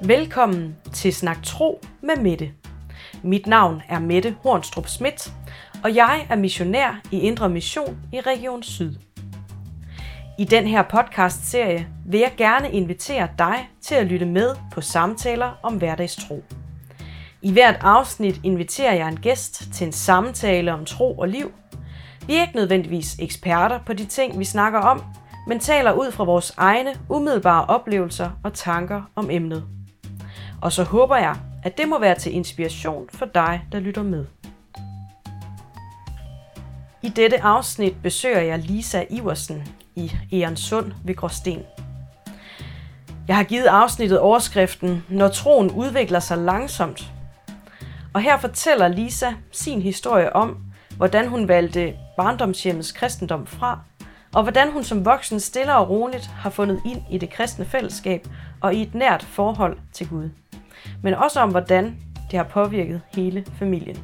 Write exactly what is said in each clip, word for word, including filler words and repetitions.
Velkommen til Snak Tro med Mette. Mit navn er Mette Hornstrup Schmidt, og jeg er missionær i Indre Mission i Region Syd. I den her podcast-serie vil jeg gerne invitere dig til at lytte med på samtaler om hverdagstro. I hvert afsnit inviterer jeg en gæst til en samtale om tro og liv. Vi er ikke nødvendigvis eksperter på de ting, vi snakker om, men taler ud fra vores egne umiddelbare oplevelser og tanker om emnet. Og så håber jeg, at det må være til inspiration for dig, der lytter med. I dette afsnit besøger jeg Lisa Iversen i Egernsund ved Gråsten. Jeg har givet afsnittet overskriften Når troen udvikler sig langsomt. Og her fortæller Lisa sin historie om, hvordan hun valgte barndomshjemmets kristendom fra, og hvordan hun som voksen stille og roligt har fundet ind i det kristne fællesskab og i et nært forhold til Gud. Men også om, hvordan det har påvirket hele familien.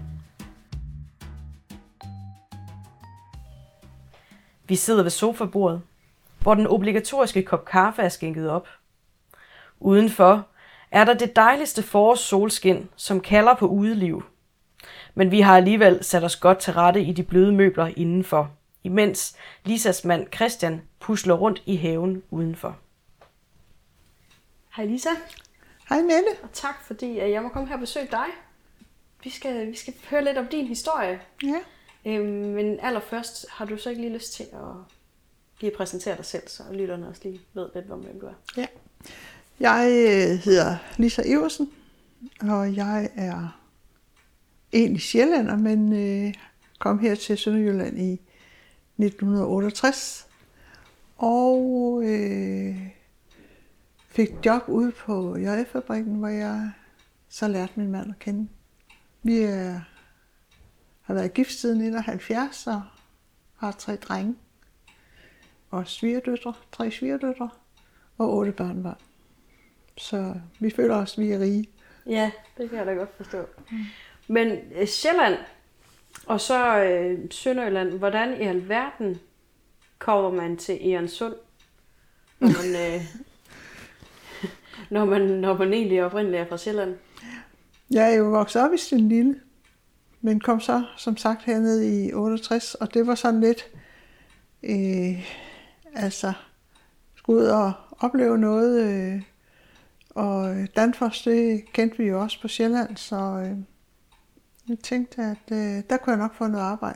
Vi sidder ved sofabordet, hvor den obligatoriske kop kaffe er skænket op. Udenfor er der det dejligste forårssolskin, som kalder på udeliv. Men vi har alligevel sat os godt til rette i de bløde møbler indenfor, imens Lisas mand Christian pusler rundt i haven udenfor. Hej Lisa. Hej Mette. Og tak fordi jeg må komme her og besøge dig. Vi skal, vi skal høre lidt om din historie. Ja. Øhm, men allerførst har du så ikke lige lyst til at lige præsentere dig selv, så lytterne også lige ved lidt, hvem du er. Ja. Jeg øh, hedder Lisa Iversen, og jeg er egentlig sjællander, men øh, kom her til Sønderjylland i nitten otteogtres. Og øh, fik job ude på J F-fabrikken, hvor jeg så lærte min mand at kende. Vi er, har været gift siden nitten halvfjerds og har tre drenge og svigerdøtre, tre svigerdøtre og otte børnebørn. Så vi føler os, vi er rige. Ja, det kan jeg da godt forstå. Mm. Men Sjælland og så øh, Sønderjylland, hvordan i alverden kommer man til Egernsund, når man, øh, når man, når man egentlig oprindeligt er fra Sjælland? Jeg er jo vokset op i Stenlille, men kom så som sagt herned i otteogtres, og det var sådan lidt, øh, altså, skulle ud og opleve noget, øh, og Danfoss, det kendte vi jo også på Sjælland, så øh, jeg tænkte, at øh, der kunne jeg nok få noget arbejde.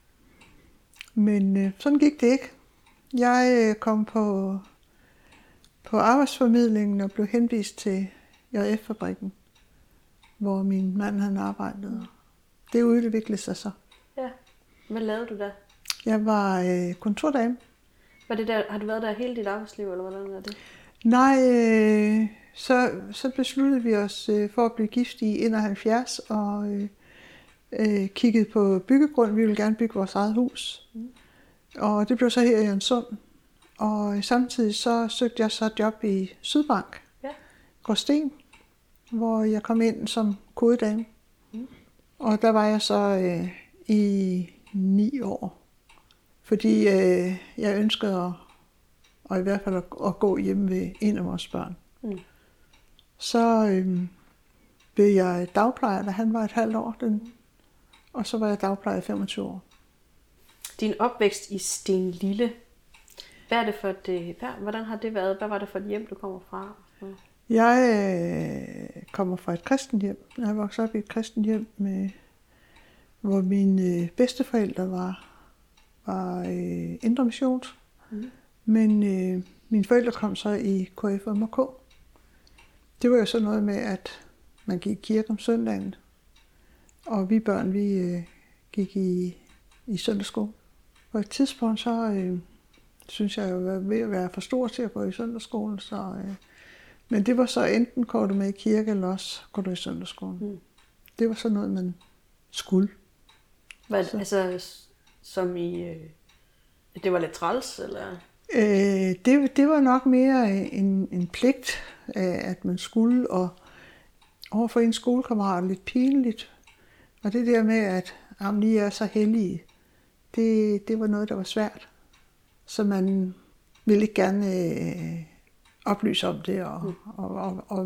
Men øh, sådan gik det ikke. Jeg øh, kom på, på arbejdsformidlingen og blev henvist til J F-fabrikken, hvor min mand han arbejdede. Det udviklede sig så. Ja. Hvad lavede du der? Jeg var øh, kontordame. Var det der, har du været der hele dit arbejdsliv, eller hvordan er det? Nej, øh, så, så besluttede vi os øh, for at blive gift i enoghalvfjerds og øh, øh, kiggede på byggegrund. Vi ville gerne bygge vores eget hus. Mm. Og det blev så her i Egernsund. Og samtidig så søgte jeg så job i Sydbank, ja. Gråsten, hvor jeg kom ind som kodedame. Mm. Og der var jeg så øh, i ni år, fordi øh, jeg ønskede at, og i hvert fald at, at gå hjem ved en af vores børn. Mm. Så øh, blev jeg dagplejer, da han var et halvt år, den, og så var jeg dagplejer i femogtyve år. Din opvækst i Stenlille, hvad er det for et, hvordan har det været? Hvad var det for et hjem, du kommer fra? Jeg øh, kommer fra et kristent hjem. Jeg har vokset op i et kristent hjem, med, hvor mine øh, bedsteforældre var, var øh, Indre Missions. Mm. Men øh, mine forældre kom så i K F M K. Det var jo sådan noget med, at man gik i kirke om søndagen. Og vi børn, vi øh, gik i, i søndagsskole. På et tidspunkt, så øh, synes jeg, jeg var ved at være for stor til at gå i søndagsskolen, så... Øh, Men det var så enten går du med i kirke, eller også går du i søndagsskolen. Mm. Det var sådan noget, man skulle. Hvad, altså, som i... Øh, det var lidt træls, eller? Øh, det, det var nok mere en, en pligt, at man skulle, og overfor en skolekammerat lidt pinligt. Og det der med, at jamen, I er så hellige, det, det var noget, der var svært. Så man ville ikke gerne... Øh, oplyse om det, og, mm. og, og, og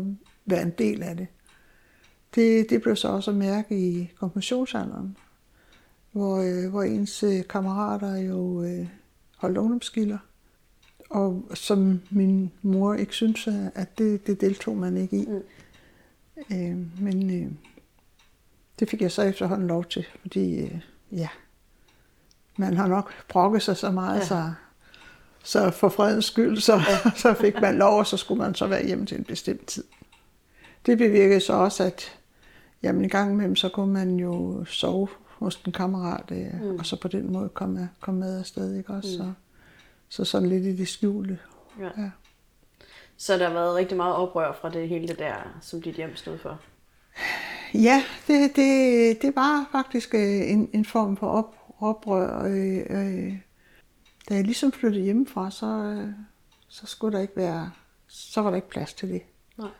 være en del af det. Det, det blev så også at mærke i konfirmationsalderen, hvor, øh, hvor ens øh, kammerater jo øh, holdt ungdomsgilder, og som min mor ikke syntes, at det, det deltog man ikke i. Mm. Øh, men øh, det fik jeg så efterhånden lov til, fordi øh, ja, man har nok brokket sig så meget, ja. så, så for fredens skyld, så, ja. så fik man lov, og så skulle man så være hjemme til en bestemt tid. Det bevirkede så også, at jamen, en gang imellem, så kunne man jo sove hos en kammerat, øh, mm. og så på den måde komme, komme med afsted, ikke også? Mm. Så, så sådan lidt i det skjulte. Ja. Ja. Så der har været rigtig meget oprør fra det hele det der, som dit hjem stod for? Ja, det, det, det var faktisk en, en form for op, oprør. Øh, øh, da jeg ligesom flyttede hjemmefra, så, øh, så skulle der ikke være, så var der ikke plads til det. Nej.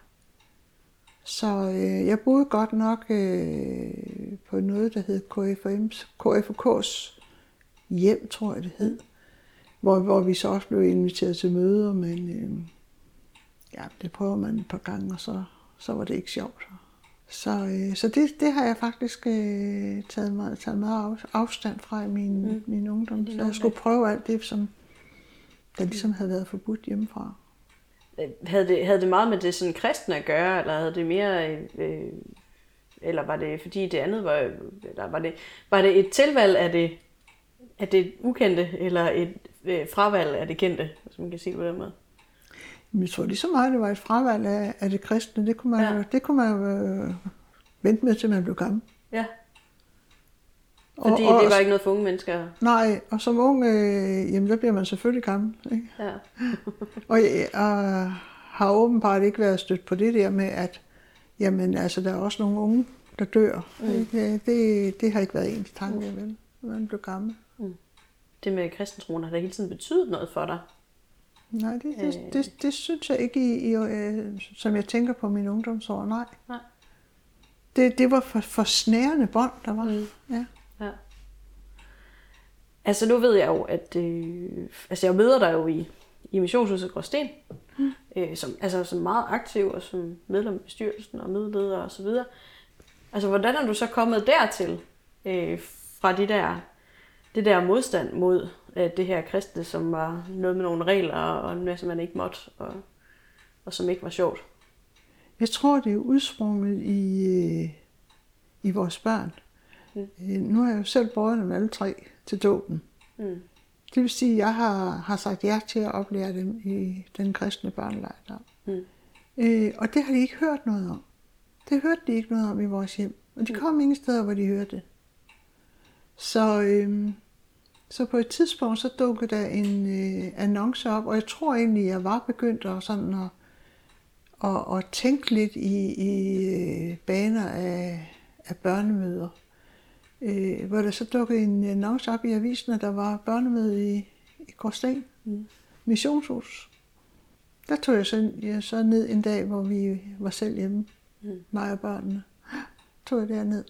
Så øh, jeg boede godt nok øh, på noget, der hed K F M's, K F K's hjem, tror jeg det hed. Mm. Hvor, hvor vi så også blev inviteret til møder, men øh, ja, det prøver man et par gange, og så, så var det ikke sjovt. Så, øh, så det, det har jeg faktisk øh, taget, meget, taget meget afstand fra i min, mm. min ungdom. Så jeg skulle prøve alt det, som der ligesom havde været forbudt hjemmefra. Havde det, havde det meget med det sådan kristne at gøre, eller havde det mere, øh, eller var det fordi det andet var, eller var det, var det et tilvalg af det, af det ukendte, eller et øh, fravalg af det kendte, hvis man kan sige det på den måde? Jeg tror lige så meget, det var et fravalg af, af det kristne. Det kunne man, ja. det kunne man jo øh, vente med, til man blev gammel. Ja. Fordi og, og, det var ikke noget for unge mennesker? Nej, og som ung, øh, jamen der bliver man selvfølgelig gammel. Ikke? Ja. og jeg og har åbenbart ikke været stødt på det der med, at jamen, altså, der er også nogle unge, der dør. Mm. Ikke? Det, det har ikke været ens tanke, vel, når man blev gammel. Mm. Det med kristentroen, har det hele tiden betydet noget for dig? Nej, det, det, det, det, det synes jeg ikke, i, i, øh, som jeg tænker på mine ungdomsår, nej. nej. Det, det var for, for snærende bånd, der var. Mm. Ja. Ja. Altså nu ved jeg jo, at øh, altså jeg møder dig jo i, i Missionshuset Gråsten, mm. øh, som, altså som meget aktiv og som medlem af bestyrelsen og mødeleder og så videre. Altså hvordan er du så kommet dertil øh, fra de der, det der modstand mod øh, det her kristne, som var noget med nogle regler og noget, som man ikke måtte, og, og som ikke var sjovt? Jeg tror, det er udsprunget i, i vores børn. Mm. Nu har jeg jo selv båret dem alle tre til dåben. Mm. Det vil sige, at jeg har, har sagt ja til at oplære dem i den kristne børnelejr. Mm. Øh, og det har de ikke hørt noget om. Det hørte de ikke noget om i vores hjem. Og de kom mm. ingen steder, hvor de hørte det. Så, øh, så på et tidspunkt, så dukkede der en øh, annonce op, og jeg tror egentlig, jeg var begyndt at, sådan at, at, at tænke lidt i, i øh, baner af, af børnemøder. Øh, hvor der så dukkede en annonce op i avisen, at der var børnemøde i, i Gråsten, mm. Missionshus. Der tog jeg så, jeg så ned en dag, hvor vi var selv hjemme, mm. mig og børnene. Tog jeg derned.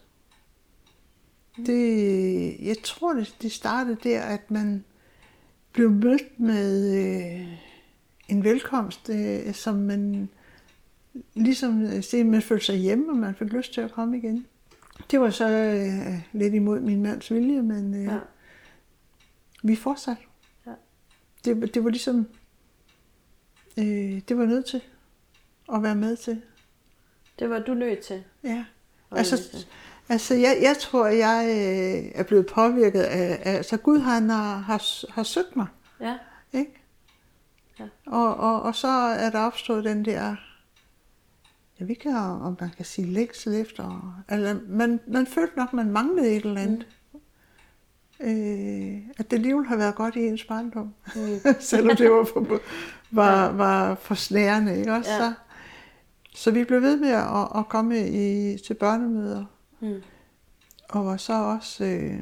Mm. Det, jeg tror, det, det startede der, at man blev mødt med øh, en velkomst, øh, som man ligesom øh, man følte sig hjemme, og man fik lyst til at komme igen. Det var så øh, lidt imod min mands vilje, men øh, ja. vi fortsatte. Ja. Det, det var ligesom, øh, det var nødt til at være med til. Det var du nødt til? Ja. Altså, altså jeg, jeg tror, at jeg øh, er blevet påvirket af, af så Gud han har, har, har søgt mig. Ja. Ikke? Ja. Og, og, og så er der opstået den der, jeg ved ikke, om man kan sige længsel efter. Altså, man, man følte nok, man manglede et eller andet. Mm. Øh, at det alligevel har været godt i ens barndom. Mm. Selvom det var for, var, var for snærende. Ikke? Også, ja. så, så vi blev ved med at, at komme i, til børnemøder. Mm. Og var så også øh,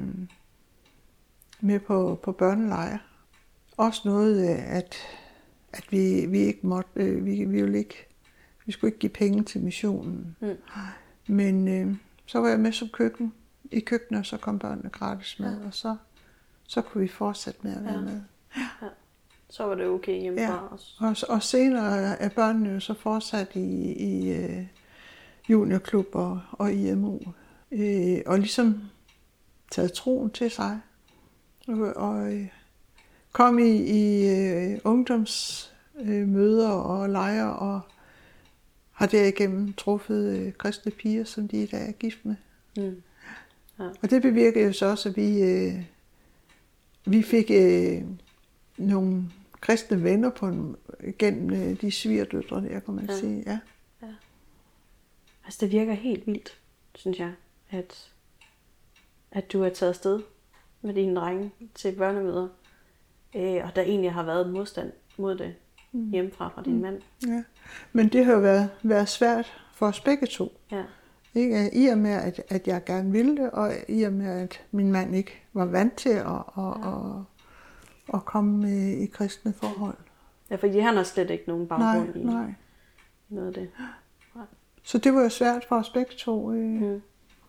med på, på børnelejre. Også noget, at, at vi, vi ikke måtte, øh, vi, vi ville ikke, vi skulle ikke give penge til missionen. Mm. Men øh, så var jeg med som køkken, i køkkenet, og så kom børnene gratis med, ja. og så, så kunne vi fortsætte med at være ja. med. Ja. Ja. Så var det okay hjemmefra ja. også. Og, og senere er børnene jo så fortsat i, i uh, juniorklub og, og I M U. Uh, og ligesom taget troen til sig. Og, og uh, kom i, i uh, ungdomsmøder uh, og lejre og har derigennem truffet uh, kristne piger, som de i dag er gift med. Mm. Ja. Og det bevirkede jo så også, at vi, uh, vi fik uh, nogle kristne venner på en, gennem uh, de svigerdøtre, der kan man ja. sige. Ja. Ja. Altså det virker helt vildt, synes jeg, at, at du er taget afsted med dine drenge til børnemøder, øh, og der egentlig har været modstand mod det mm. hjemmefra fra din mm. mand. Ja, men det har jo været, været svært for os begge to. Ja. Ikke? I og med, at, at jeg gerne ville det, og i og med, at min mand ikke var vant til at, at, ja. at, at komme i kristne forhold. Ja, for han har slet ikke nogen baggrund nej, i nej. noget af det. Nej. Så det var jo svært for os begge to. Øh, mm.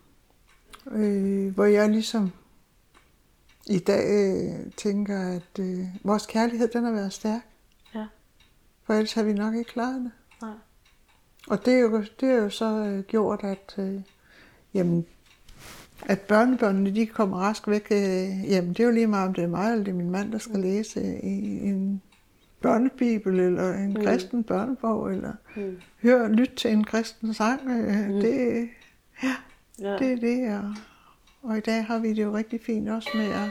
øh, hvor jeg ligesom i dag øh, tænker, at øh, vores kærlighed, den har været stærk. Ja. For ellers har vi nok ikke klaret det. Nej. Og det er jo, det er jo så øh, gjort, at, øh, jamen, at børnebørnene, de kommer rask væk. Øh, jamen, det er jo lige meget, om det er mig eller det er min mand, der skal læse øh, i en børnebibel eller en mm. kristen børnebog, eller mm. høre, lytte til en kristen sang. Øh, mm. Det, ja, ja. det er det, og, og i dag har vi det jo rigtig fint også med at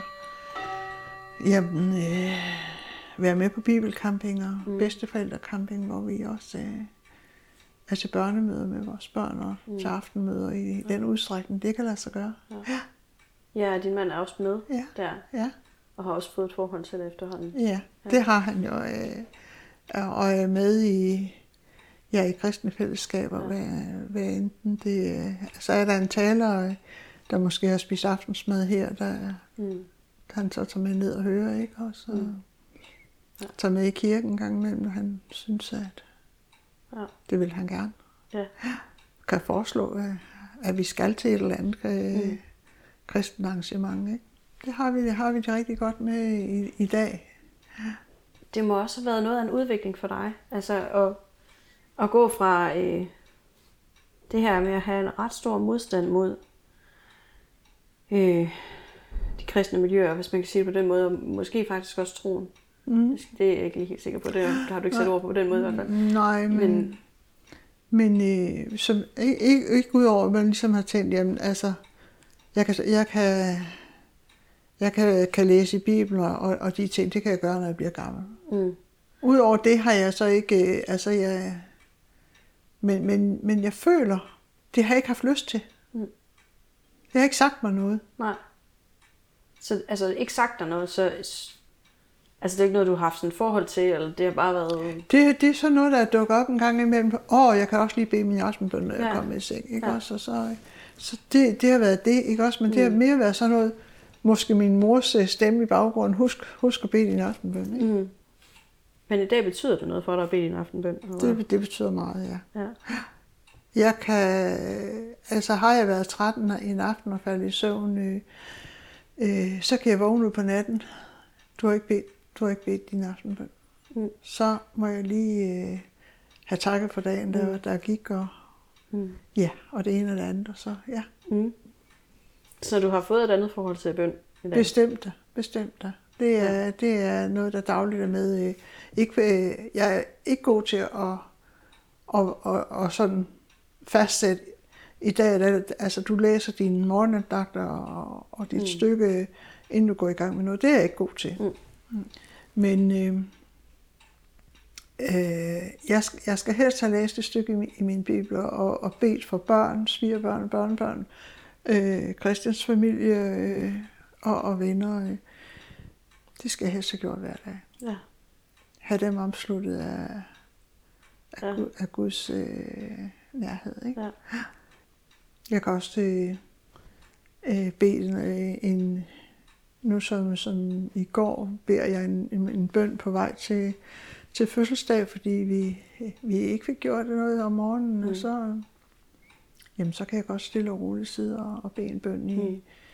jamen, øh, være med på bibelcampinger, mm. bedsteforældrecamping, hvor vi også øh, er til børnemøder med vores børn og mm. til aftenmøder i ja. den udstrækning, det kan lade sig gøre. Ja, ja. ja din mand er også med ja. der, ja. og har også fået et forhold til det efterhånden. Ja, ja. det har han jo, øh, og er med i, ja, i kristne fællesskaber, ja. hvad, hvad enten det øh, så er der en taler, der måske har spist aftensmad her, der mm. han så tager med ned og hører, ikke også? Og mm. ja. tager med i kirken en gang imellem, når han synes, at ja. det vil han gerne. Ja. Kan foreslå, at vi skal til et eller andet mm. kristen arrangement, ikke? Det har vi, det har vi det rigtig godt med i, i dag. Det må også have været noget af en udvikling for dig, altså at, at gå fra øh, det her med at have en ret stor modstand mod øh, de kristne miljøer, hvis man kan sige det på den måde, og måske faktisk også troen. Mm. Det er jeg ikke lige helt sikker på, det har du ikke sat ord på på den måde i hvert fald. Nej, men, men, men øh, som, ikke, ikke, ikke udover, at man ligesom har tænkt, jamen altså, jeg kan, jeg kan, jeg kan, kan læse i Bibelen, og, og de ting, det kan jeg gøre, når jeg bliver gammel. Mm. Udover det har jeg så ikke, altså jeg, men, men, men jeg føler, det har jeg ikke haft lyst til. Mm. Det har ikke sagt mig noget. Nej. Så altså ikke sagt dig noget, så altså det er ikke noget, du har haft sådan et forhold til, eller det har bare været Det, det er sådan noget, der dukker op en gang imellem. Åh, oh, jeg kan også lige bede min aftenbøn, når ja. jeg kommer i seng, ikke ja. også? Og så, så det, det har været det, ikke også? Men mm. det har mere været sådan noget, måske min mors stemme i baggrunden, husk, husk at bede din aftenbøn, ikke? Mm. Men i dag betyder det noget for dig at bede din aftenbøn? Det, det betyder meget, ja. ja. Jeg kan, altså har jeg været tretten i en aften og faldet i søvn, øh, øh, så kan jeg vågne ud på natten. Du har ikke bedt, du har ikke bedt din aftenbøn. Mm. Så må jeg lige øh, have takket for dagen, der, mm. der gik, og mm. ja, og det ene og det andet, og så ja. Mm. Så du har fået et andet forhold til bøn i dag? Bestemt da, bestemt da. Det er, ja. det er noget, der dagligt er med. Øh, ikke, øh, jeg er ikke god til at og, og, og sådan fastsætte. I dag, der, altså du læser dine morgenandagter og, og dit mm. stykke, inden du går i gang med noget. Det er jeg ikke god til. Mm. Mm. Men øh, øh, jeg, skal, jeg skal helst have læst et stykke i min, i min bibel og, og bedt for børn, svigerbørn, børnebørn, øh, Christians familie øh, og, og venner. Øh. Det skal jeg helst have gjort hver dag. Ja. Have dem omsluttet af, af, ja. Gud, af Guds øh, nærhed. Ikke? Ja. Jeg kan også øh, øh, bede en, nu som, som i går, beder jeg en, en, en bøn på vej til, til fødselsdag, fordi vi, vi ikke fik gjort noget om morgenen, mm. og så, jamen, så kan jeg godt stille og roligt sidde og, og bede en bøn i, mm.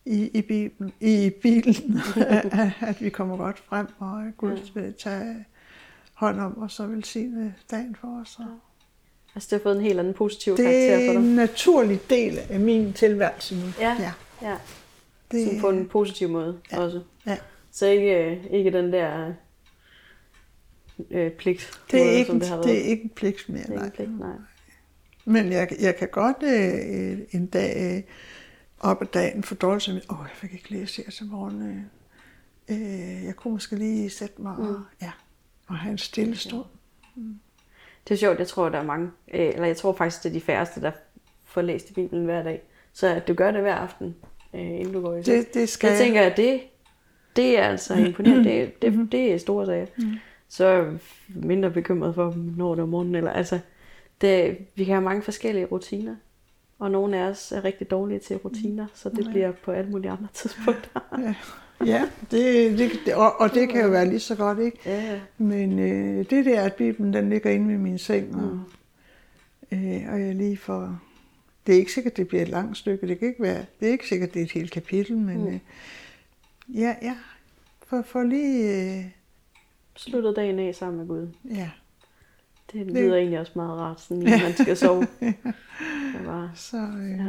i, i, bilen, i bilen, at, at vi kommer godt frem, og at Gud vil tage hånd om os og velsigne dagen for os. Og altså det har fået en helt anden positiv det karakter for dig? Det er en naturlig del af min tilværelse nu. Ja, ja. ja. Det, sådan på en positiv måde ja, også. Ja. Så ikke, ikke den der øh, pligt, det er måde, ikke, som det har været. Det er ikke en pligt mere, det er nej. Ikke pligt, nej. Men jeg, jeg kan godt øh, en dag øh, op ad dagen få dårligt som, åh, jeg fik ikke læst her til morgen. Øh, jeg kunne måske lige sætte mig mm. og, ja, og have en stille stund. Mm. Det er sjovt, jeg tror, der er mange, øh, eller jeg tror faktisk, det er de færreste, der får læst i Bibelen hver dag. Så du gør det hver aften, øh, inden du går i seng. Det, det skal jeg tænker, at det, det er altså imponerende. Det, det, det er store sager. Mm. Så er jeg mindre bekymret for, når det er om morgenen. Eller, altså, det, vi kan have mange forskellige rutiner. Og nogle af os er rigtig dårlige til rutiner, så det ja. bliver på alle mulige andre tidspunkter. Ja, ja det, det, og, og det kan jo være lige så godt, ikke? Ja. Men øh, det der, at Bibelen den ligger inde ved min seng, og, mm. øh, og jeg lige får... Det er ikke sikkert, det bliver et langt stykke. Det kan ikke være... Det er ikke sikkert, det er et helt kapitel, men... Mm. Øh, ja, ja. For, for lige... Øh, Sluttet dagen af sammen med Gud. Ja. Det lyder det... egentlig også meget rart, sådan, når man skal sove. ja. Bare, så, øh... ja.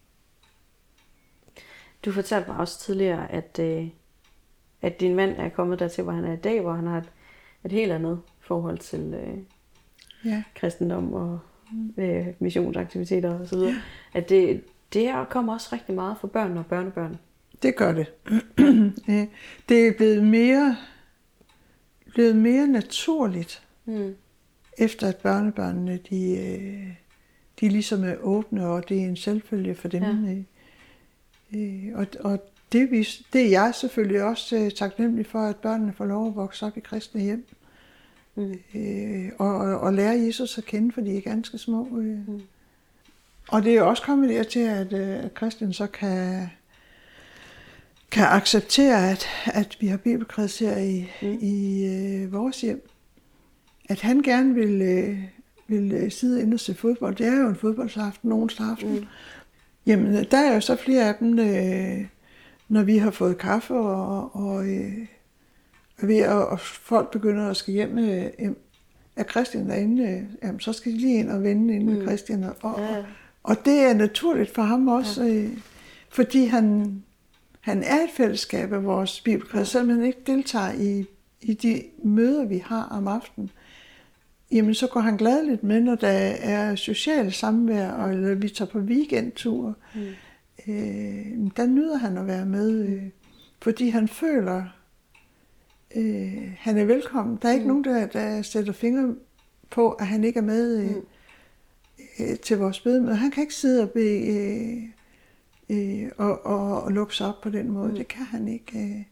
Du fortalte mig også tidligere, at, øh, at din mand er kommet dertil, hvor han er i dag, hvor han har et, et helt andet forhold til øh, ja. kristendom og øh, missionsaktiviteter og så videre. Ja. At det, det her kommer også rigtig meget for børn og børnebørn. Det gør det. Det er blevet mere, blevet mere naturligt, mm. efter at børnebørnene de, de ligesom er åbne, og det er en selvfølge for dem. Ja. Og, og det, vi, det er jeg selvfølgelig også taknemmelig for, at børnene får lov at vokse op i kristne hjem. Mm. Og, og, og lære Jesus at kende, for de er ganske små. Mm. Og det er også kommet dertil, at, at Christian så kan... kan acceptere, at, at vi har bibelkredser i, mm. i øh, vores hjem. At han gerne vil, øh, vil øh, sidde inde og se fodbold. Det er jo en fodboldsaften, nogens aften. Mm. Jamen, der er jo så flere af dem, øh, når vi har fået kaffe, og, og, øh, og, ved, og, og folk begynder at skal hjem øh, af Christian derinde, øh, jamen, så skal de lige ind og vende ind med mm. Christian. Og, og, ja. og det er naturligt for ham også, ja. øh, fordi han... Han er et fællesskab af vores bibelkreds, selvom han ikke deltager i, i de møder, vi har om aftenen. Jamen, så går han gladeligt med, når der er sociale samvær, eller vi tager på weekendtur. Mm. Øh, der nyder han at være med, øh, fordi han føler, øh, han er velkommen. Der er ikke mm. nogen, der, der sætter fingre på, at han ikke er med øh, mm. øh, til vores bedemøde. Han kan ikke sidde og bede... Øh, Øh, og, og, og lukke sig op på den måde. Mm. Det kan han ikke. Øh.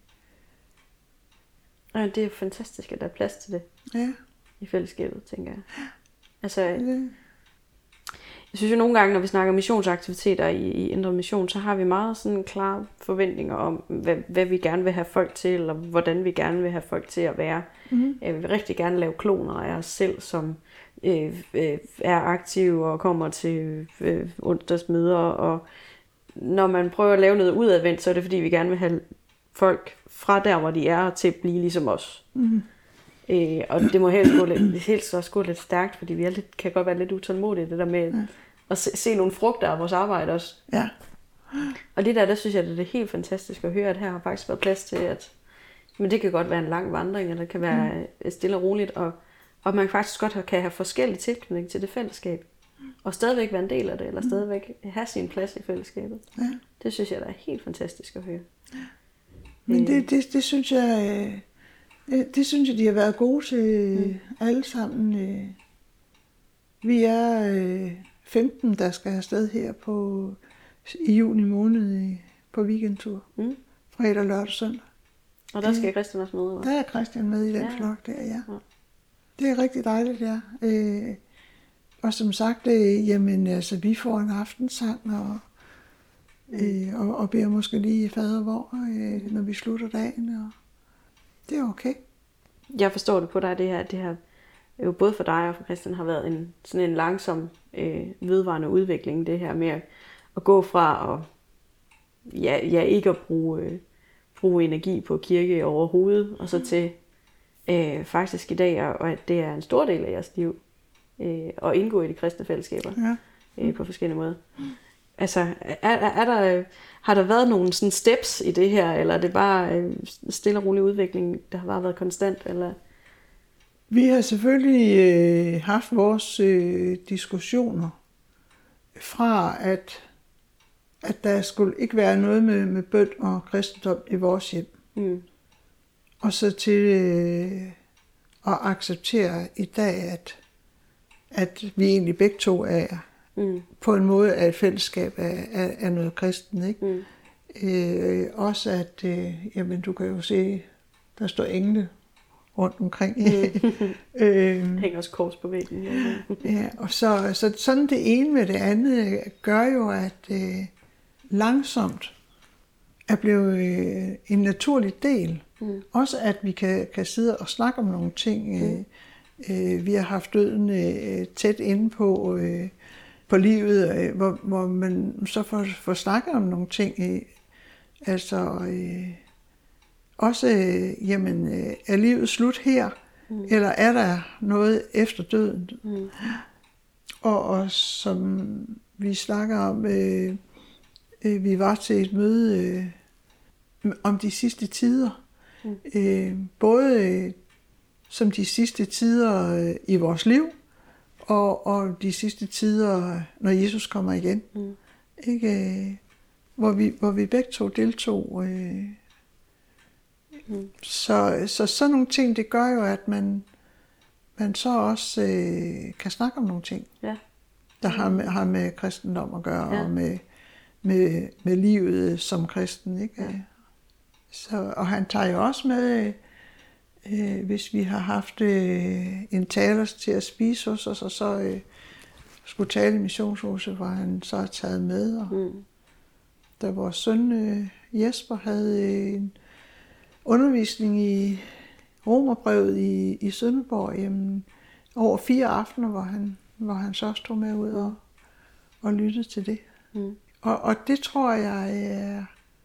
Ja, det er fantastisk, at der er plads til det. Ja. I fællesskabet, tænker jeg. Altså, ja. Jeg synes jo nogle gange, når vi snakker missionsaktiviteter i, i Indre Mission, så har vi meget sådan klare forventninger om, hvad, hvad vi gerne vil have folk til, eller hvordan vi gerne vil have folk til at være. Mm. Jeg vil rigtig gerne lave kloner af os selv, som øh, øh, er aktive og kommer til øh, onsdagsmøder, og når man prøver at lave noget udadvendt, så er det fordi, vi gerne vil have folk fra der, hvor de er, til at blive ligesom os. Mm. Øh, og det må helst, gå lidt, helst også gå lidt stærkt, fordi vi er lidt, kan godt være lidt utålmodige, det der med ja. at se, se nogle frugter af vores arbejde også. Ja. Og det der, der synes jeg, det er helt fantastisk at høre, at her har faktisk været plads til, at men det kan godt være en lang vandring, eller det kan være mm. stille og roligt, og, og man faktisk godt kan have forskellige tilknytning til det fællesskab. Og stadigvæk være en del af det, eller stadigvæk have sin plads i fællesskabet. Ja. Det synes jeg, der er helt fantastisk at høre. Ja. Men det, det, det synes jeg, det synes jeg, de har været gode til mm. alle sammen. Vi er femten, der skal afsted her på, i juni måned på weekendtur. Mm. Fredag, lørdag og søndag. Og der skal Christian også med? Eller? Der er Christian med i den ja. flok der, ja. ja. Det er rigtig dejligt, ja. Øh, Og som sagt, øh, jamen, altså, vi får en aftensang, og, øh, og, og beder måske lige fader hvor, øh, når vi slutter dagen, og det er okay. Jeg forstår det på dig, det her, det her jo både for dig og for Christian har været en, sådan en langsom, øh, vedvarende udvikling, det her med at, at gå fra at ja, ja, ikke at bruge, øh, bruge energi på kirke overhovedet, og så til øh, faktisk i dag, og at det er en stor del af jeres liv, øh, at indgå i de kristne fællesskaber Ja. øh, på forskellige måder. Altså, er, er, er der, har der været nogle sådan steps i det her, eller er det bare øh, stille og rolig udvikling, der har bare været konstant, eller? Vi har selvfølgelig øh, haft vores øh, diskussioner fra, at, at der skulle ikke være noget med, med bøn og kristendom i vores hjem. Mm. Og så til øh, at acceptere i dag, at, at vi egentlig begge to er Mm. på en måde af et fællesskab af, af, af noget kristen. Ikke? Mm. Øh, også at, øh, jamen du kan jo se, der står engle rundt omkring. Mm. øhm, Hænger også kors på væggen. Ja. ja, og så, så sådan det ene med det andet gør jo, at øh, langsomt er blevet øh, en naturlig del. Mm. Også at vi kan, kan sidde og snakke om nogle ting. Mm. Øh, øh, vi har haft døden øh, tæt inde på, øh, på livet, øh, hvor, hvor man så får, får snakket om nogle ting. Øh, altså øh, også, øh, jamen, øh, er livet slut her? Mm. Eller er der noget efter døden? Mm. Og, og som vi snakker om, øh, øh, vi var til et møde øh, om de sidste tider. Mm. Øh, både øh, som de sidste tider øh, i vores liv, og, og de sidste tider, når Jesus kommer igen. Mm. Ikke? Øh, hvor, vi, hvor vi begge to deltog. Øh, mm. så, så sådan nogle ting, det gør jo, at man, man så også øh, kan snakke om nogle ting, ja. der har med, har med kristendom at gøre, ja. og med, med, med livet som kristen. Ikke? Ja. Så, og han tager jo også med, øh, hvis vi har haft øh, en taler til at spise hos os, og så øh, skulle tale i missionshuset, hvor han så er taget med. Og mm. da vores søn øh, Jesper havde øh, en undervisning i Romerbrevet i, i Sønderborg, jamen, over fire aftener, hvor han, hvor han så også tog med ud og, og lyttede til det. Mm. Og, og det tror jeg er,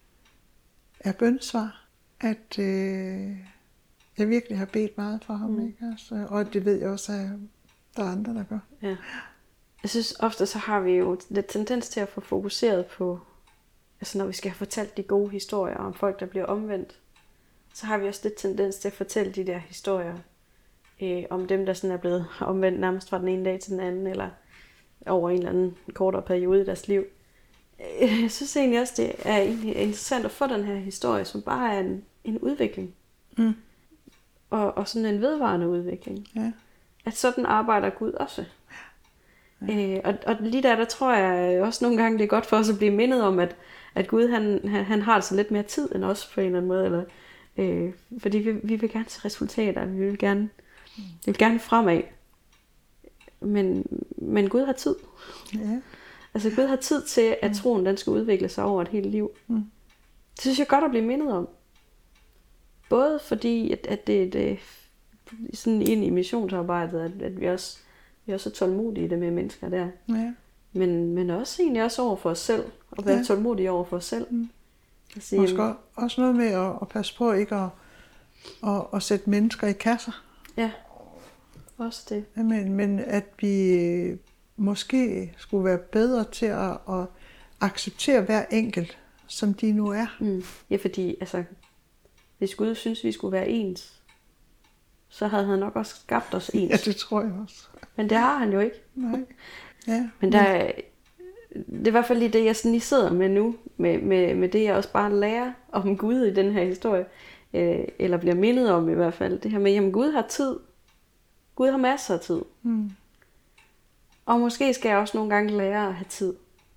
er bønnesvar, at øh, jeg virkelig har bedt meget for ham. Mm. Ikke? Altså, og det ved jeg også, at der er andre, der gør. Ja. Jeg synes ofte, så har vi jo lidt tendens til at få fokuseret på, altså når vi skal have fortalt de gode historier om folk, der bliver omvendt, så har vi også lidt tendens til at fortælle de der historier øh, om dem, der sådan er blevet omvendt nærmest fra den ene dag til den anden, eller over en eller anden kortere periode i deres liv. Jeg synes egentlig også, det er egentlig interessant at få den her historie, som bare er en, en udvikling. Mm. Og, og sådan en vedvarende udvikling. Ja. At sådan arbejder Gud også. Ja. Øh, og, og lige der, der tror jeg også nogle gange, det er godt for os at blive mindet om, at, at Gud han, han, han har altså lidt mere tid end os på en eller anden måde. Eller, øh, fordi vi, vi vil gerne se resultater, vi vil gerne, vi vil gerne fremad. Men, men Gud har tid. Ja. Altså Gud har tid til, at troen den skal udvikle sig over et helt liv. Mm. Det synes jeg godt at blive mindet om. Både fordi, at, at det, det sådan ind i missionsarbejdet, at, at vi også vi er også tålmodige det med mennesker der. Ja. Men, men også egentlig også over for os selv. At være ja. tålmodige over for os selv. Mm. Sige, måske også noget med at, at passe på ikke at, at, at sætte mennesker i kasser. Ja, også det. Ja, men, men at vi måske skulle være bedre til at, at acceptere hver enkelt, som de nu er. Mm. Ja, fordi altså, hvis Gud synes, vi skulle være ens, så havde han nok også skabt os ens. Ja, det tror jeg også. Men det har han jo ikke. Nej. Ja, men der er, det er i hvert fald lige det, jeg sådan lige sidder med nu, med, med, med det, jeg også bare lærer om Gud i den her historie, øh, eller bliver mindet om i hvert fald, det her med, jamen Gud har tid. Gud har masser af tid. Mm. Og måske skal jeg også nogle gange lære at have tid.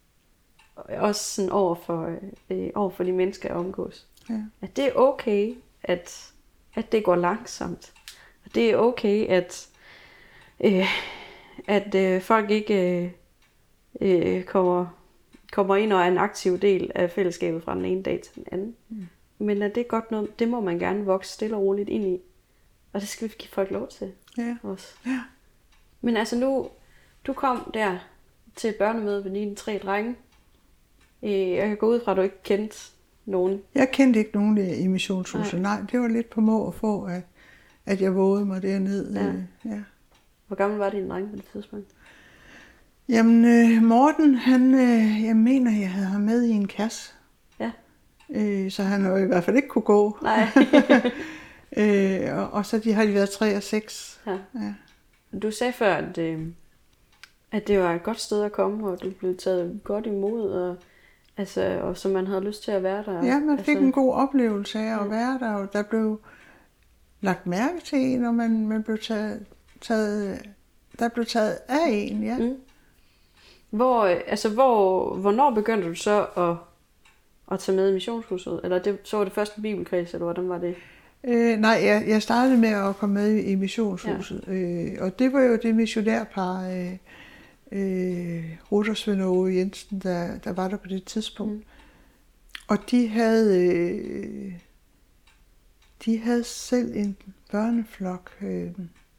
Også sådan over for, øh, over for de mennesker, jeg omgås. Ja. At det er okay, at, at det går langsomt. Og det er okay, at, øh, at øh, folk ikke øh, kommer, kommer ind og er en aktiv del af fællesskabet fra den ene dag til den anden. Mm. Men at det er godt noget, det må man gerne vokse stille og roligt ind i. Og det skal vi give folk lov til. Ja. Også. Ja. Men altså nu, du kom der til et børnemøde med dine tre drenge. Øh, jeg kan gå ud fra, at du ikke kendte nogen. Jeg kendte ikke nogen i missionshuset. Nej. Nej, det var lidt på må og få, at, at jeg vågede mig derned. Ja. Øh, ja. Hvor gammel var din dreng på det tidspunkt? Jamen, øh, Morten, han, øh, jeg mener, jeg havde ham med i en kasse. Ja. Øh, så han jo i hvert fald ikke kunne gå. Nej. øh, og, og så de har de været tre og seks. Ja. Ja. Du sagde før, at, øh, at det var et godt sted at komme, og du blev taget godt imod, og, altså, og så man havde lyst til at være der. Ja, man fik altså, en god oplevelse af at ja. være der, og der blev lagt mærke til en, og man, man blev taget, taget, der blev taget af en, ja. Mm. Hvor, altså, hvor, hvornår begyndte du så at, at tage med i missionshuset? Eller det, så var det første bibelkreds, eller hvordan var det? Øh, nej, jeg, jeg startede med at komme med i missionshuset, ja. øh, og det var jo det missionærpar, øh, øh, Ruth og Svend Aage Jensen, der, der var der på det tidspunkt. Mm. Og de havde, øh, de havde selv en børneflok, øh,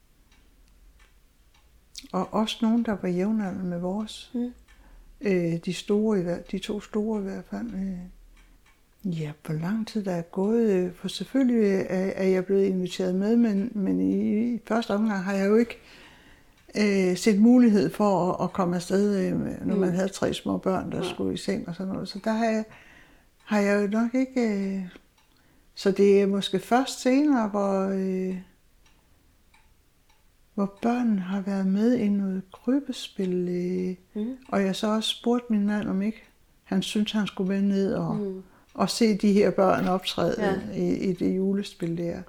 og også nogen, der var jævnaldrende med vores. Mm. Øh, de store, de to store i hvert fald. Øh. Ja, hvor lang tid der er gået. For selvfølgelig er jeg blevet inviteret med, men, men i, i første omgang har jeg jo ikke øh, set mulighed for at, at komme afsted, øh, når man havde tre små børn, der ja. skulle i seng og sådan noget. Så der har jeg, har jeg jo nok ikke... Øh, så det er måske først senere, hvor, øh, hvor børnene har været med i noget krybespil, øh, mm. og jeg så også spurgte min mand, om ikke han syntes, han skulle være ned og... Mm. og se de her børn optræde ja. i, i det julespil der.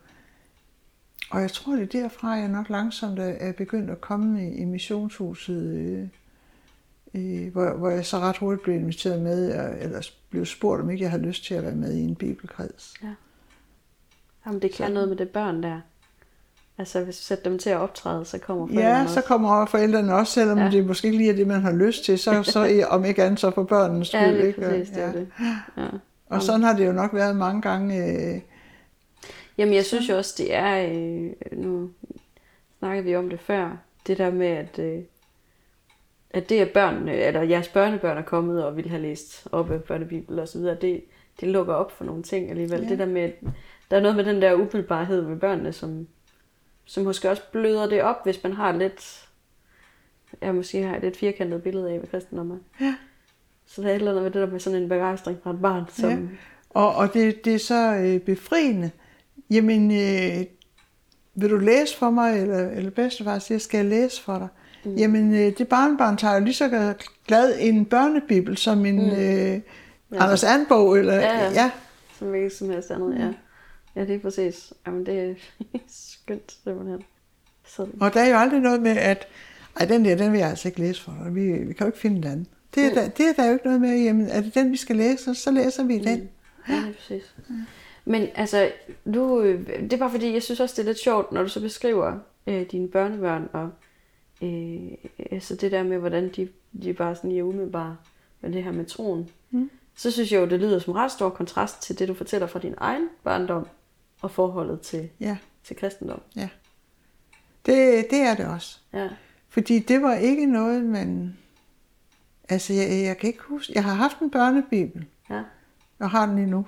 Og jeg tror, det er derfra, jeg nok langsomt er begyndt at komme i, i missionshuset, øh, øh, hvor, hvor jeg så ret hurtigt blev inviteret med, eller blev spurgt, om ikke jeg havde lyst til at være med i en bibelkreds. Ja. Jamen, det kan så. Noget med det børn der. Altså, hvis du sætter dem til at optræde, så kommer forældrene Ja, også. så kommer forældrene også, selvom ja. det måske ikke lige er det, man har lyst til, så, så om ikke andet, så for børnenes skyld. Ja, lige ikke? præcis, det ja. er det. Ja. Og sådan har det jo nok været mange gange. Øh... Jamen, jeg synes jo også, det er, øh, nu snakkede vi om det før, det der med, at, øh, at det er børnene, eller jeres børnebørn er kommet og ville have læst op af børnebibel og så videre, det, det lukker op for nogle ting alligevel. Ja. Det der med, der er noget med den der umiddelbarhed med børnene, som, som måske også bløder det op, hvis man har lidt, jeg måske har et lidt firkantet billede af, hvad kristendom er. Ja. Så der er et eller andet med det der med sådan en begejstring fra et barn. Som... Ja. Og, og det, det er så øh, befriende. Jamen, øh, vil du læse for mig, eller, eller bedstefar siger, skal jeg læse for dig? Mm. Jamen, øh, det barnbarn tager jo lige så glad en børnebibel som en mm. øh, ja. Anders And-bog. Eller, ja, ja. ja. Som ikke som helst andet, ja. Ja, det er præcis. Jamen, det er skønt, simpelthen. Sådan. Og der er jo aldrig noget med, at ej, den der, den vil jeg altså ikke læse for dig. Vi, vi kan jo ikke finde den anden. Det er, mm. der, det er der jo ikke noget med, jamen, er det den, vi skal læse, så læser vi den. Mm. Ja, det er præcis. Ja. Men altså, du, det er bare fordi, jeg synes også, det er lidt sjovt, når du så beskriver øh, dine børnebørn, og øh, altså det der med, hvordan de, de bare sådan er umiddelbare med det her med troen. Mm. Så synes jeg jo, det lyder som ret stor kontrast til det, du fortæller fra din egen barndom, og forholdet til, ja. til kristendom. Ja, det, det er det også. Ja. Fordi det var ikke noget, man... Altså, jeg, jeg kan ikke huske... Jeg har haft en børnebibel. Ja. Jeg har den endnu.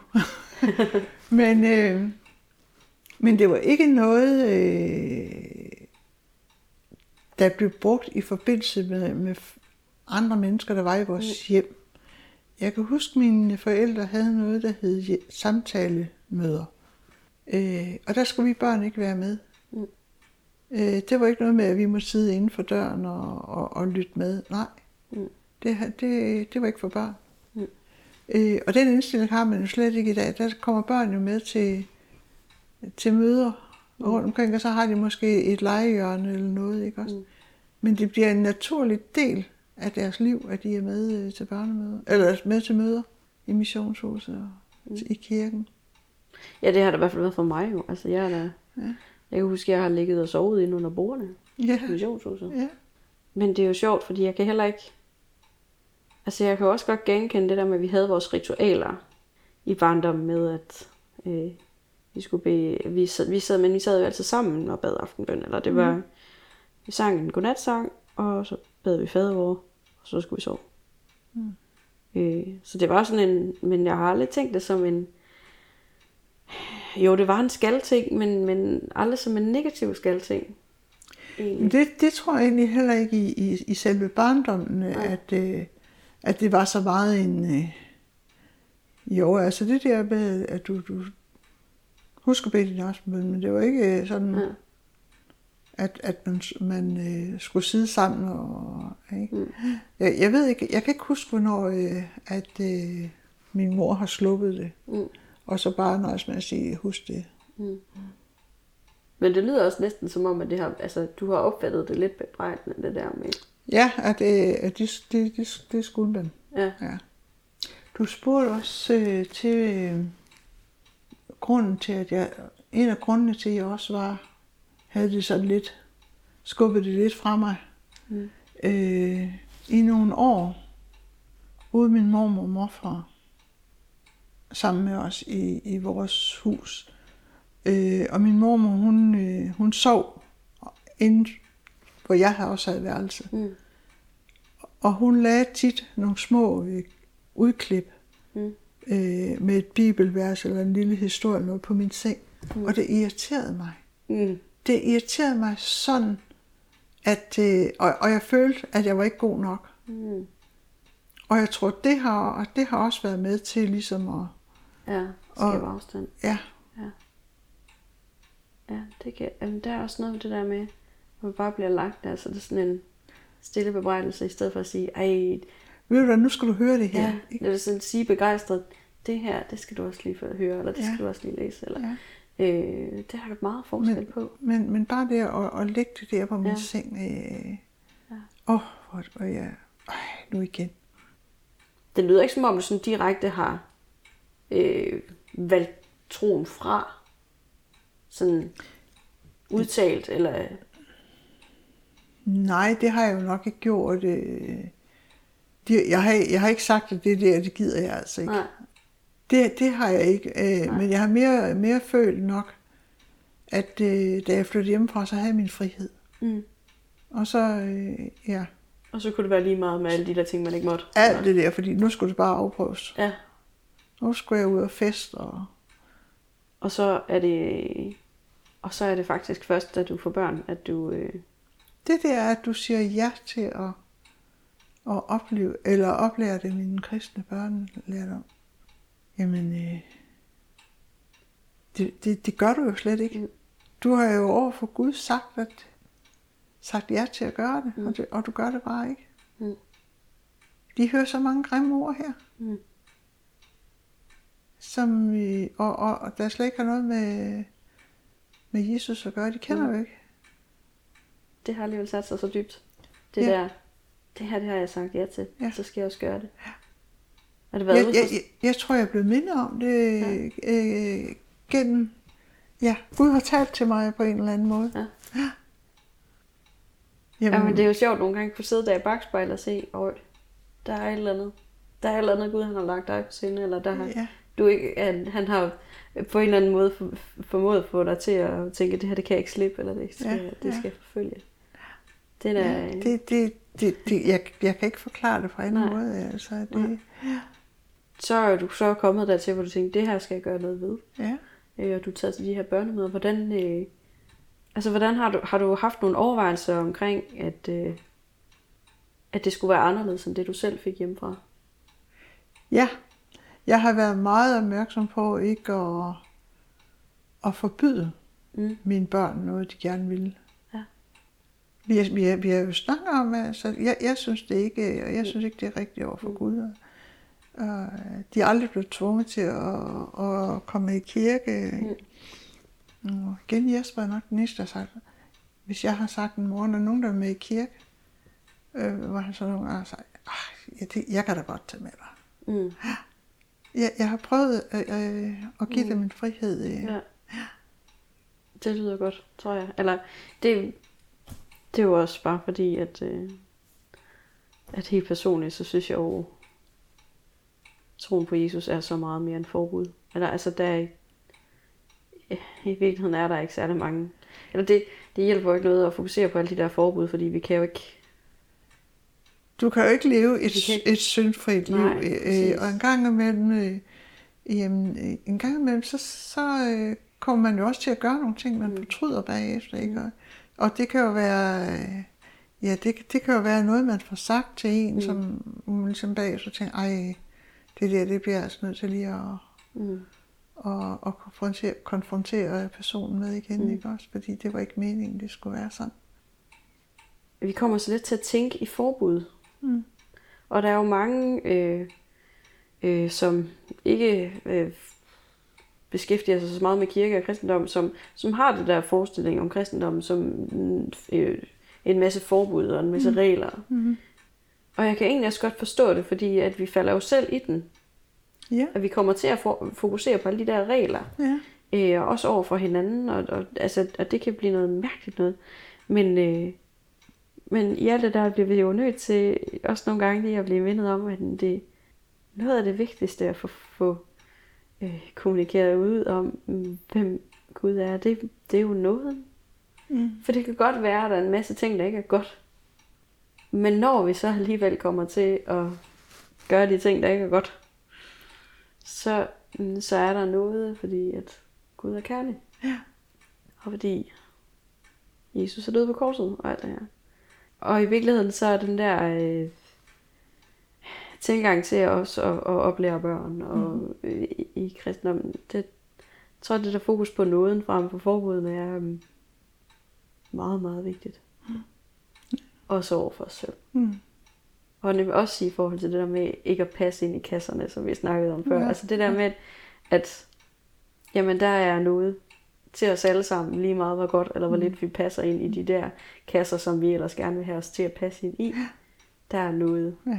men, øh, men det var ikke noget, øh, der blev brugt i forbindelse med, med andre mennesker, der var i vores mm. hjem. Jeg kan huske, at mine forældre havde noget, der hed samtalemøder. Øh, og der skulle vi børn ikke være med. Mm. Øh, det var ikke noget med, at vi måtte sidde inden for døren og, og, og lytte med. Nej. Mm. Det, det, det var ikke for børn. Mm. Øh, og den indstilling har man jo slet ikke i dag. Der kommer børn jo med til, til møder mm. rundt omkring, og så har de måske et legehjørne eller noget, ikke også? Mm. Men det bliver en naturlig del af deres liv, at de er med til børnemøder, eller med til møder i missionshuset og mm. i kirken. Ja, det har det i hvert fald været for mig jo. Altså, jeg, er der, ja. jeg kan huske, at jeg har ligget og sovet inde under bordene ja. i missionshuset. Ja. Men det er jo sjovt, fordi jeg kan heller ikke... Altså, jeg kan også godt genkende det der med, at vi havde vores ritualer i barndommen med, at øh, vi skulle bede... Vi sad, vi sad, men vi sad jo altid sammen og bad aftenbøn. Eller det var... Mm. Vi sang en godnatsang, og så bad vi fadervor, og så skulle vi sove. Mm. Øh, så det var sådan en, men jeg har aldrig tænkt det som en, jo det var en skalting, men, men aldrig som en negativ skalting. Det, det tror jeg egentlig heller ikke i, i, i selve barndommen, ja. at, øh, at det var så meget en, øh, jo altså det der med, at du, du husker at bede din aftensbøn, men det var ikke sådan, ja. at, at man, man øh, skulle sidde sammen. Og, ikke? Mm. Jeg, jeg ved ikke, jeg kan ikke huske, hvornår øh, at øh, min mor har sluppet det. Mm. Og så bare nøjes med at sige, husk det. Mm. Men det lyder også næsten som om, at det har, altså, du har opfattet det lidt bebrejdende, det der med. Ja, at, øh, at det, det, det, det skulle den. Ja. Ja. Du spurgte også øh, til øh, grunden til, at jeg, en af grundene til, at jeg også var, havde det sådan lidt, skubbet det lidt fra mig. Mm. Øh, I nogle år, ude min mormor og morfar, sammen med os i, i vores hus. Øh, og min mormor, hun, øh, hun sov inde, hvor jeg havde også havde værelse. Mm. Og hun lagde tit nogle små øh, udklip mm. øh, med et bibelvers eller en lille historie noget på min seng. Mm. Og det irriterede mig. Mm. Det irriterede mig sådan, at, øh, og, og jeg følte, at jeg var ikke god nok. Mm. Og jeg tror, det har, det har også været med til ligesom at... Ja, skabe afstand. Ja. Ja. Ja, det kan, jamen, der er også noget med det der med, at man bare bliver lagt der, så det er sådan en stille bebrejdelse, i stedet for at sige, ej... Ved du hvad, nu skal du høre det her. Ja, ikke? Det er sådan at sige begejstret, det her, det skal du også lige høre, eller det ja. skal du også lige læse, eller... Ja. Øh, det har jeg meget forskel men, på. Men, men bare det at, at lægge det der på min ja. seng, åh, øh, ja. oh, hvor, hvor jeg... Ej, nu igen. Det lyder ikke som om, du sådan direkte har øh, valgt troen fra, sådan udtalt, eller... Nej, det har jeg jo nok ikke gjort. Jeg har, jeg har ikke sagt, at det der, det gider jeg altså ikke. Det, det har jeg ikke, men jeg har mere, mere følt nok, at da jeg flyttede hjemmefra, så havde jeg min frihed. Mm. Og så, ja... Og så kunne det være lige meget med alle de der ting, man ikke måtte. Alt det der, fordi nu skulle det bare afprøves. Ja. Nu skulle jeg ud og feste. Og, og så er det og så er det faktisk først, da du får børn, at du... Øh... Det der, at du siger ja til at, at opleve, eller oplære det mine kristne børn lærer om. Jamen, øh, det, det, det gør du jo slet ikke. Mm. Du har jo over for Gud sagt, at sagt ja til at gøre det, mm. og, det og du gør det bare ikke. Mm. De hører så mange grimme ord her. Mm. Som vi, og, og, og der slet ikke har noget med, med Jesus at gøre. De kender mm. jo ikke. Det har alligevel sat sig så dybt. Det ja. der, det her det har jeg sagt ja til. Ja. Så skal jeg også gøre det. Ja. Har det været jeg, jeg, jeg, jeg tror, jeg er blevet mindet om det ja. øh, gennem... Ja, Gud har talt til mig på en eller anden måde. Ja. Ja. Jamen. Jamen, det er jo sjovt nogle gange at kunne sidde der i bagspejlet og se, at der er et eller andet. Der er et eller andet Gud, han har lagt dig på sinde, eller der har, ja. du ikke, han, han har på en eller anden måde for, formået at få dig til at tænke, at det her, det kan jeg ikke slippe, eller det skal, ja, ja. det skal jeg forfølge. Det der, ja, det, det, det, det, jeg, jeg kan ikke forklare det på en måde. Altså, det, ja. Så er du så kommet dertil, hvor du tænker, det her skal jeg gøre noget ved. Ja. Øh, og du er taget til de her børnemøder. Hvordan, øh, altså, hvordan har, du, har du haft nogle overvejelser omkring, at, øh, at det skulle være anderledes, end det du selv fik hjemmefra? Ja, jeg har været meget opmærksom på ikke at, at forbyde mm. mine børn noget, de gerne ville. Ja. Vi, har, vi, har, vi har jo snakket om, altså, jeg, jeg synes det ikke, og jeg synes ikke, det er rigtigt over for mm. Gud. Uh, de er aldrig blevet tvunget til at, at komme i kirke. Mm. Og igen Jesper er nok den næste, der har sagt, hvis jeg har sagt en morgen, og nogen der er med i kirke, øh, hvor han så nogle gange sagt, jeg, jeg kan da godt tage med dig. Mm. Jeg, jeg har prøvet øh, øh, at give mm. dem en frihed. Øh. Ja. Det lyder godt, tror jeg. Eller det, det er jo også bare fordi, at, øh, at helt personligt, så synes jeg jo, troen på Jesus er så meget mere end forbud. Eller altså, der er, i virkeligheden er der ikke særlig mange. Eller det, det hjælper jo ikke noget at fokusere på alle de der forbud, fordi vi kan jo ikke... du kan jo ikke leve et, ikke... et syndfrit liv. Nej, øh, og en gang imellem, øh, jamen, øh, en gang imellem så, så øh, kommer man jo også til at gøre nogle ting, man mm. fortryder bagefter. Ikke? Og, og det kan jo være... Øh, ja, det, det kan jo være noget, man får sagt til en, mm. som man ligesom bagefter tænker, ej, det der, det bliver jeg altså nødt til lige at... Mm. og, og konfrontere, konfrontere personen med igen, mm. ikke også? Fordi det var ikke meningen, det skulle være sådan. Vi kommer så lidt til at tænke i forbud. Mm. Og der er jo mange, øh, øh, som ikke øh, beskæftiger sig så meget med kirke og kristendom, som, som har det der forestilling om kristendommen som øh, en masse forbud og en masse mm. regler. Mm. Og jeg kan egentlig også godt forstå det, fordi at vi falder jo selv i den. Ja. At vi kommer til at fokusere på alle de der regler. Ja. Øh, også over for hinanden. Og, og, altså, og det kan blive noget mærkeligt noget. Men, øh, men i alt det der bliver vi jo nødt til, også nogle gange lige at blive mindet om, at det noget af det vigtigste at få, få øh, kommunikeret ud om, hvem Gud er. Det, det er jo nåden. Mm. For det kan godt være, at der er en masse ting, der ikke er godt. Men når vi så alligevel kommer til at gøre de ting, der ikke er godt, så, så er der noget, fordi at Gud er kærlig. Ja. Og fordi Jesus er død på korset og alt det her. Og i virkeligheden så er den der øh, tilgang til os at, at oplære børn og mm. øh, i, i kristendommen, det jeg tror det der fokus på nåden frem for forbudene er øh, meget, meget vigtigt. Mm. Også over for os selv. Mm. Og det vil også sige i forhold til det der med ikke at passe ind i kasserne, som vi snakkede om før. Ja. Altså det der med, at jamen der er noget til os alle sammen, lige meget hvor godt eller hvor lidt vi passer ind i de der kasser, som vi ellers gerne vil have os til at passe ind i. Der er noget. Ja.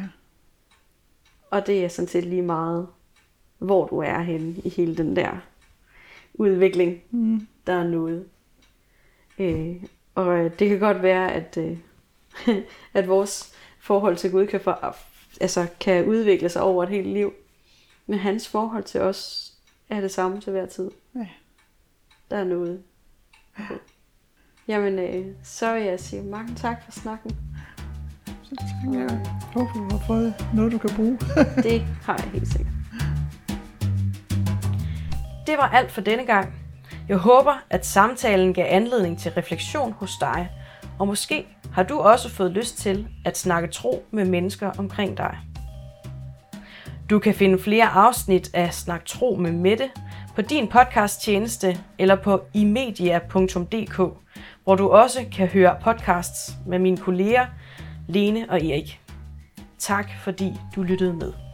Og det er sådan set lige meget, hvor du er henne i hele den der udvikling. Mm. Der er noget. Øh, og det kan godt være, at, øh, at vores forhold til Gud kan, for, altså, kan udvikle sig over et helt liv. Men hans forhold til os er det samme til hver tid. Ja. Der er noget. Ja. Jamen, øh, så vil jeg sige mange tak for snakken. Så tak, jeg håber, du har fået noget, du kan bruge. Det har jeg helt sikkert. Det var alt for denne gang. Jeg håber, at samtalen gav anledning til refleksion hos dig, og måske har du også fået lyst til at snakke tro med mennesker omkring dig. Du kan finde flere afsnit af Snak Tro med Mette på din podcasttjeneste eller på imedia punktum d k, hvor du også kan høre podcasts med mine kolleger Lene og Erik. Tak fordi du lyttede med.